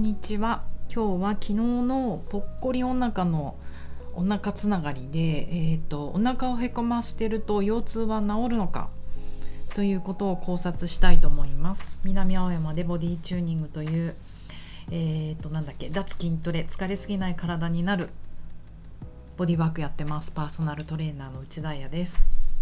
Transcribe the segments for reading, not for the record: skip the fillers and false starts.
にちは。今日は昨日のぽっこりお腹のお腹つながりで、お腹をへこましてると腰痛は治るのかということを考察したいと思います。南青山でボディチューニングという、脱筋トレ、疲れすぎない体になるボディワークやってます。パーソナルトレーナーの内田彩です。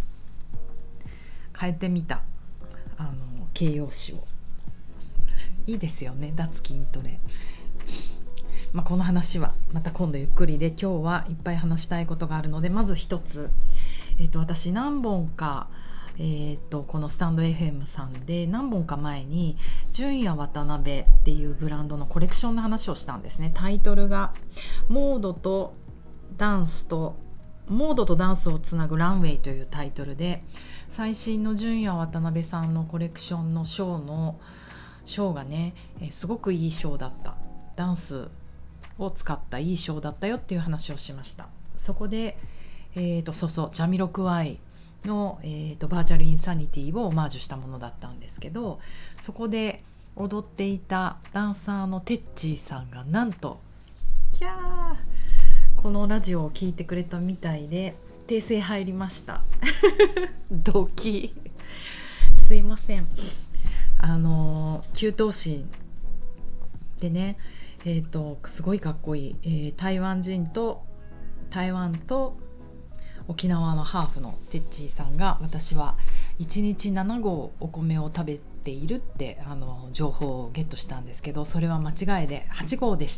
変えてみた形容詞を。いいですよね、脱筋トレ。この話はまた今度ゆっくりで、今日はいっぱい話したいことがあるので、まず一つ、私何本か、このスタンド FM さんで何本か前に純也渡辺っていうブランドのコレクションの話をしたんですね。タイトルがモードとダンスをつなぐランウェイというタイトルで、最新の純也渡辺さんのコレクションのショーがね、すごくいいショーだった。ダンスを使ったいいショーだったよっていう話をしました。そこで、ジャミロクワイの、バーチャルインサニティをオマージュしたものだったんですけど、そこで踊っていたダンサーのテッチーさんがなんとこのラジオを聞いてくれたみたいで訂正入りました。ドキすいません。給湯師でね、すごいかっこいい、台湾と沖縄のハーフのテッチーさんが、私は1日7合お米を食べているって情報をゲットしたんですけど、それは間違いで8合でした。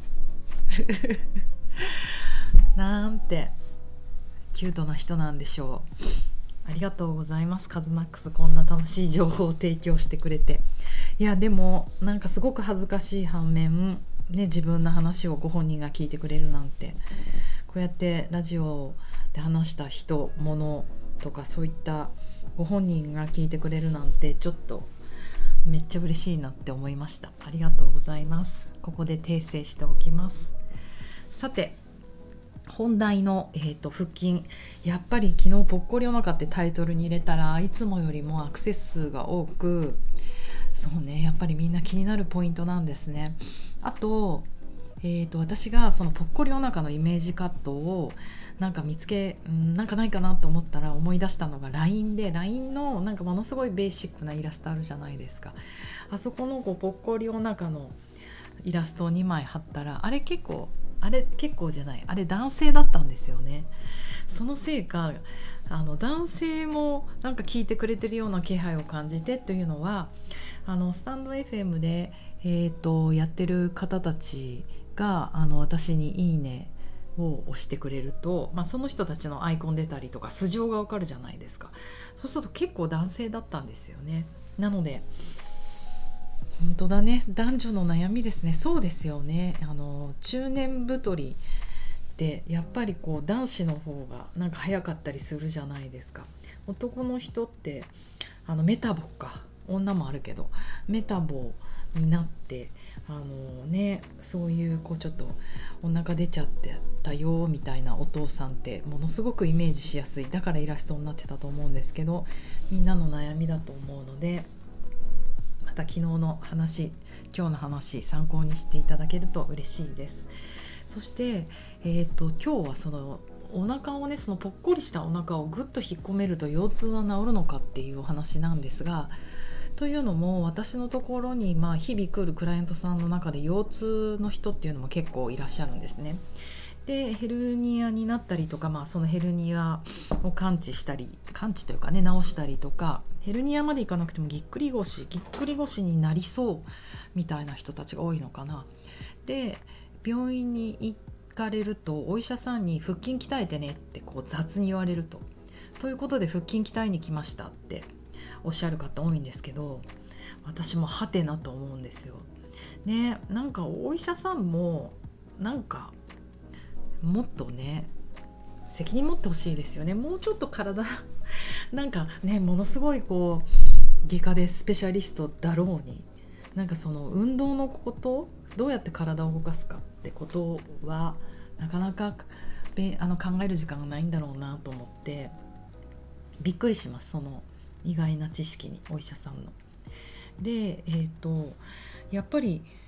なんてキュートな人なんでしょう。ありがとうございます。カズマックス、こんな楽しい情報を提供してくれて。いやでもなんかすごく恥ずかしい反面ね、自分の話をご本人が聞いてくれるなんて、こうやってラジオで話した人物とか、そういったご本人が聞いてくれるなんて、ちょっとめっちゃ嬉しいなって思いました。ありがとうございます。ここで訂正しておきます。さて本題の、腹筋。やっぱり昨日ぽっこりお腹ってタイトルに入れたら、いつもよりもアクセス数が多く、そうね、やっぱりみんな気になるポイントなんですね。あと、私がそのぽっこりお腹のイメージカットをなんかなんかないかなと思ったら、思い出したのが LINE で、 LINE のなんかものすごいベーシックなイラストあるじゃないですか。あそこのぽっこりお腹のイラストを2枚貼ったら、あれ結構じゃない、あれ男性だったんですよね。そのせいか男性もなんか聞いてくれてるような気配を感じて、というのはスタンド FM で、やってる方たちが私にいいねを押してくれると、その人たちのアイコン出たりとか素性がわかるじゃないですか。そうすると結構男性だったんですよね。なので本当だね、男女の悩みですね。そうですよね。中年太りってやっぱりこう男子の方がなんか早かったりするじゃないですか。男の人ってメタボか、女もあるけどメタボになって、そういうちょっとお腹出ちゃってたよみたいなお父さんってものすごくイメージしやすい。だからイラストになってたと思うんですけど、みんなの悩みだと思うので、また昨日の話、今日の話参考にしていただけると嬉しいです。そして、今日はそのお腹をね、そのぽっこりしたお腹をぐっと引っ込めると腰痛は治るのかっていうお話なんですが、というのも私のところに日々来るクライアントさんの中で腰痛の人っていうのも結構いらっしゃるんですね。でヘルニアになったりとか、そのヘルニアを完治というかね、治したりとか、ヘルニアまでいかなくてもぎっくり腰になりそうみたいな人たちが多いのかな。で病院に行かれると、お医者さんに腹筋鍛えてねって雑に言われるということで、腹筋鍛えに来ましたっておっしゃる方多いんですけど、私もハテナと思うんですよね。なんかお医者さんもなんかもっとね、責任持ってほしいですよね。もうちょっと体なんかね、ものすごい外科でスペシャリストだろうに、なんかその運動のこと、どうやって体を動かすかってことはなかなか考える時間がないんだろうなと思ってびっくりします。その意外な知識に、お医者さんの。で、やっぱり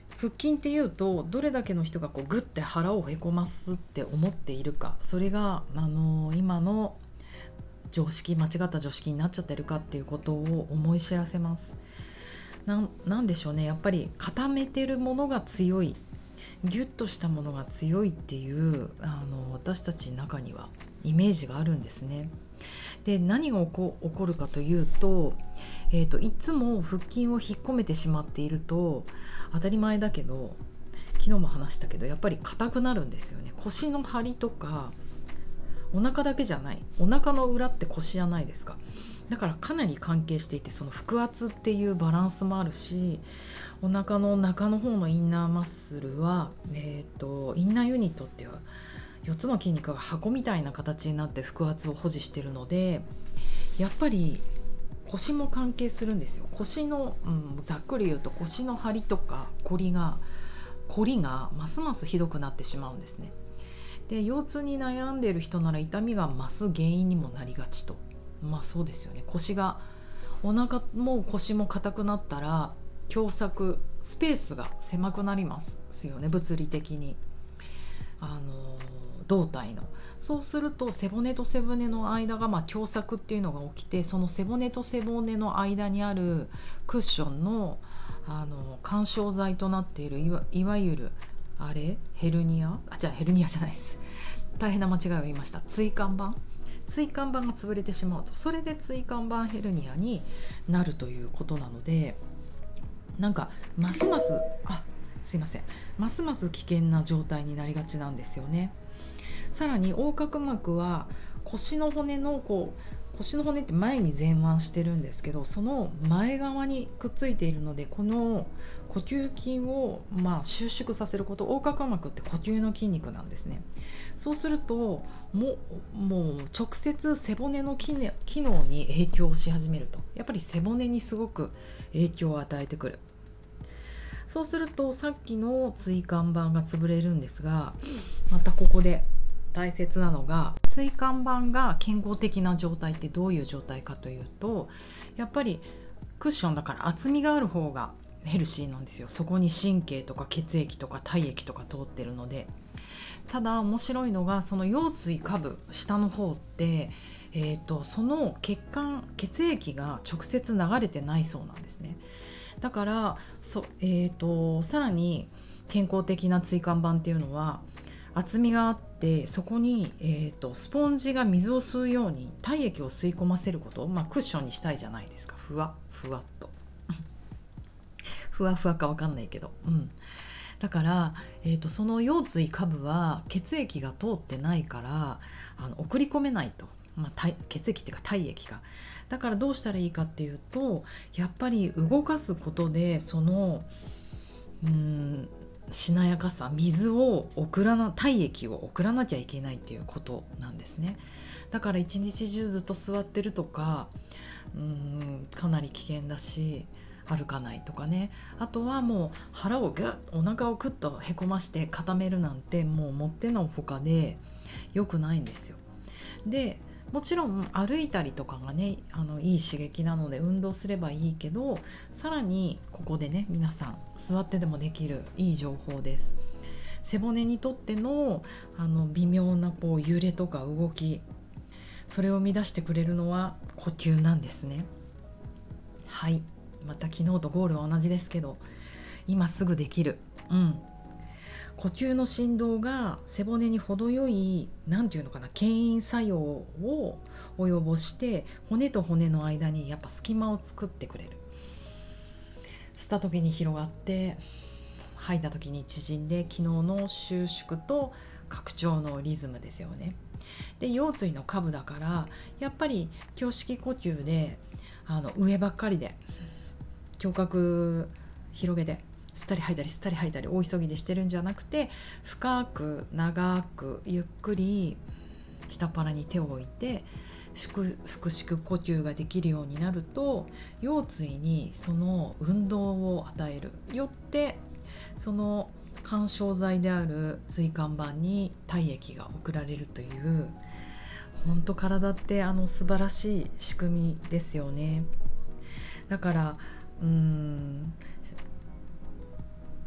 腹筋っていうとどれだけの人がこうグッて腹をへこますって思っているか、それが今の間違った常識になっちゃってるかっていうことを思い知らせます。なんでしょうね、やっぱり固めてるものが強い、ギュッとしたものが強いっていう私たちの中にはイメージがあるんですね。で、何が起こるかというと、いつも腹筋を引っ込めてしまっていると、当たり前だけど昨日も話したけどやっぱり硬くなるんですよね。腰の張りとか、お腹だけじゃない、お腹の裏って腰じゃないですか。だからかなり関係していて、その腹圧っていうバランスもあるし、お腹の中の方のインナーマッスルは、インナーユニットっていう4つの筋肉が箱みたいな形になって腹圧を保持しているので、やっぱり腰も関係するんですよ。腰の、ざっくり言うと腰の張りとか凝りがますますひどくなってしまうんですね。で、腰痛に悩んでいる人なら痛みが増す原因にもなりがちと。そうですよね。お腹も腰も硬くなったら狭窄スペースが狭くなりますよね、物理的に。胴体の、そうすると背骨と背骨の間が狭窄っていうのが起きて、その背骨と背骨の間にあるクッションの緩衝材となっているいわゆるヘルニアじゃないです。大変な間違いを言いました。椎間板が潰れてしまうと、それで椎間板ヘルニアになるということなので、なんかますます危険な状態になりがちなんですよね。さらに横隔膜は腰の骨って前に前腕してるんですけど、その前側にくっついているので、この呼吸筋を収縮させること、横隔膜って呼吸の筋肉なんですね。そうするともう直接背骨の機能に影響をし始めると、やっぱり背骨にすごく影響を与えてくる。そうするとさっきの椎間板が潰れるんですが、またここで大切なのが、椎間板が健康的な状態ってどういう状態かというと、やっぱりクッションだから厚みがある方がヘルシーなんですよ。そこに神経とか血液とか体液とか通ってるので。ただ面白いのが、その腰椎下部下の方って、その血液が直接流れてないそうなんですね。だからさらに健康的な椎間板っていうのは厚みがあって、そこに、スポンジが水を吸うように体液を吸い込ませること、クッションにしたいじゃないですか。ふわっとふわふわか分かんないけど、だから、その腰椎下部は血液が通ってないから送り込めないと、血液っていうか体液が。だからどうしたらいいかっていうと、やっぱり動かすことでそのしなやかさ、体液を送らなきゃいけないっていうことなんですね。だから一日中ずっと座ってるとかかなり危険だし、歩かないとかね。あとはもう腹をお腹をグッとへこまして固めるなんて、もうもってのほかで良くないんですよ。でもちろん歩いたりとかがね、いい刺激なので運動すればいいけど、さらにここでね、皆さん座ってでもできるいい情報です。背骨にとっての微妙な揺れとか動き、それを生み出してくれるのは呼吸なんですね。はい、また昨日とゴールは同じですけど、今すぐできる、呼吸の振動が背骨に程よい牽引作用を及ぼして、骨と骨の間にやっぱ隙間を作ってくれる。吸った時に広がって吐いた時に縮んで、昨日の収縮と拡張のリズムですよね。で、腰椎の下部だからやっぱり胸式呼吸で上ばっかりで胸郭広げて吸ったり吐いたり大急ぎでしてるんじゃなくて、深く長くゆっくり下っ腹に手を置いて腹式呼吸ができるようになると、腰椎にその運動を与えるよって、その緩衝材である椎間板に体液が送られるという、本当体って素晴らしい仕組みですよね。だから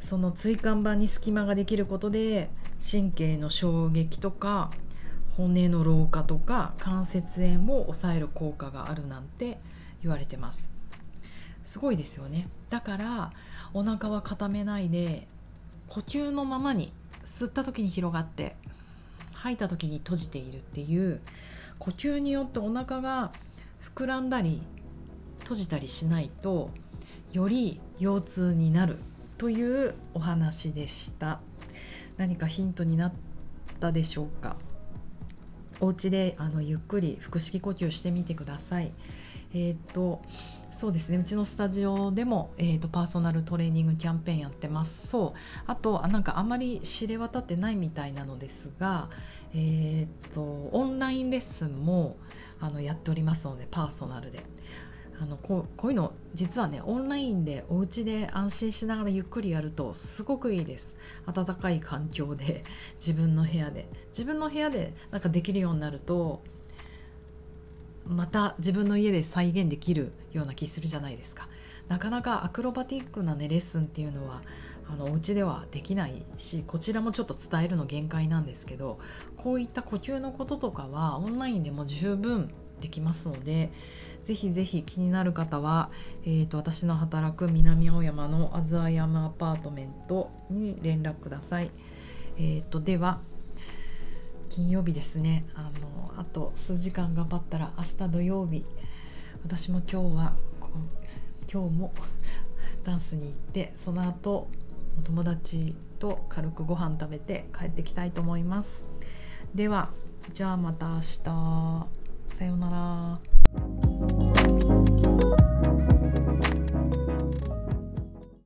その椎間板に隙間ができることで神経の衝撃とか骨の老化とか関節炎を抑える効果があるなんて言われてます。すごいですよね。だからお腹は固めないで呼吸のままに吸った時に広がって吐いた時に閉じているっていう呼吸によってお腹が膨らんだり閉じたりしないとより腰痛になるというお話でした。何かヒントになったでしょうか。お家でゆっくり腹式呼吸してみてください。そうですね、うちのスタジオでも、パーソナルトレーニングキャンペーンやってます。あとなんかあまり知れ渡ってないみたいなのですが、オンラインレッスンもやっておりますので、パーソナルでこういうの実はね、オンラインでお家で安心しながらゆっくりやるとすごくいいです。暖かい環境で自分の部屋でなんかできるようになると、また自分の家で再現できるような気するじゃないですか。なかなかアクロバティックな、ね、レッスンっていうのはお家ではできないし、こちらもちょっと伝えるの限界なんですけど、こういった呼吸のこととかはオンラインでも十分できますので、ぜひぜひ気になる方は、私の働く南青山のアズアイアムアパートメントに連絡ください。では金曜日ですね、あと数時間頑張ったら明日土曜日、私も今日もダンスに行って、その後お友達と軽くご飯食べて帰ってきたいと思います。ではじゃあまた明日、さようなら。